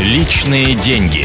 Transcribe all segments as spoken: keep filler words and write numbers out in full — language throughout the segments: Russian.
Личные деньги.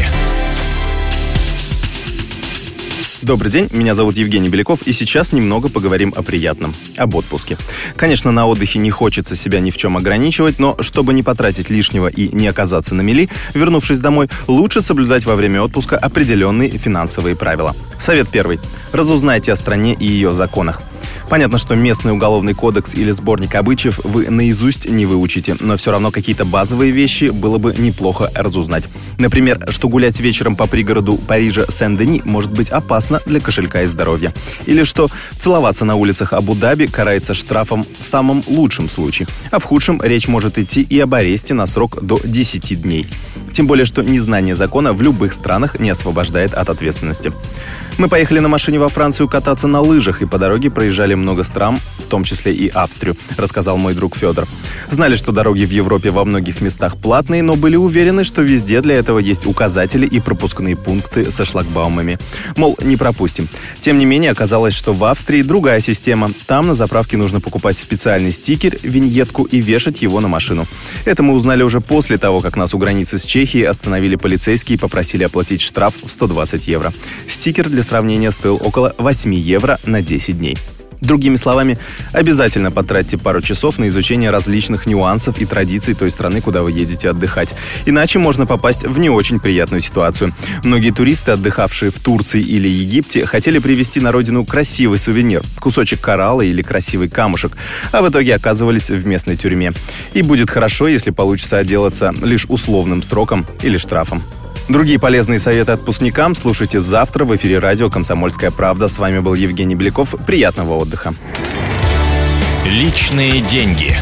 Добрый день, меня зовут Евгений Беляков, и сейчас немного поговорим о приятном, об отпуске. Конечно, на отдыхе не хочется себя ни в чем ограничивать, но чтобы не потратить лишнего и не оказаться на мели, вернувшись домой, лучше соблюдать во время отпуска определенные финансовые правила. Совет первый. Разузнайте о стране и ее законах. Понятно, что местный уголовный кодекс или сборник обычаев вы наизусть не выучите, но все равно какие-то базовые вещи было бы неплохо разузнать. Например, что гулять вечером по пригороду Парижа Сен-Дени может быть опасно для кошелька и здоровья. Или что целоваться на улицах Абу-Даби карается штрафом в самом лучшем случае, а в худшем речь может идти и об аресте на срок до десяти дней. Тем более, что незнание закона в любых странах не освобождает от ответственности. Мы поехали на машине во Францию кататься на лыжах и по дороге проезжали много стран, в том числе и Австрию, рассказал мой друг Федор. Знали, что дороги в Европе во многих местах платные, но были уверены, что везде для этого есть указатели и пропускные пункты со шлагбаумами. Мол, не пропустим. Тем не менее, оказалось, что в Австрии другая система. Там на заправке нужно покупать специальный стикер, виньетку и вешать его на машину. Это мы узнали уже после того, как нас у границы с Чехией остановили полицейские и попросили оплатить штраф в сто двадцать евро. Стикер для сравнения стоил около восемь евро на десять дней. Другими словами, обязательно потратьте пару часов на изучение различных нюансов и традиций той страны, куда вы едете отдыхать. Иначе можно попасть в не очень приятную ситуацию. Многие туристы, отдыхавшие в Турции или Египте, хотели привезти на родину красивый сувенир – кусочек коралла или красивый камушек, а в итоге оказывались в местной тюрьме. И будет хорошо, если получится отделаться лишь условным сроком или штрафом. Другие полезные советы отпускникам слушайте завтра в эфире радио «Комсомольская правда». С вами был Евгений Беляков. Приятного отдыха. Личные деньги.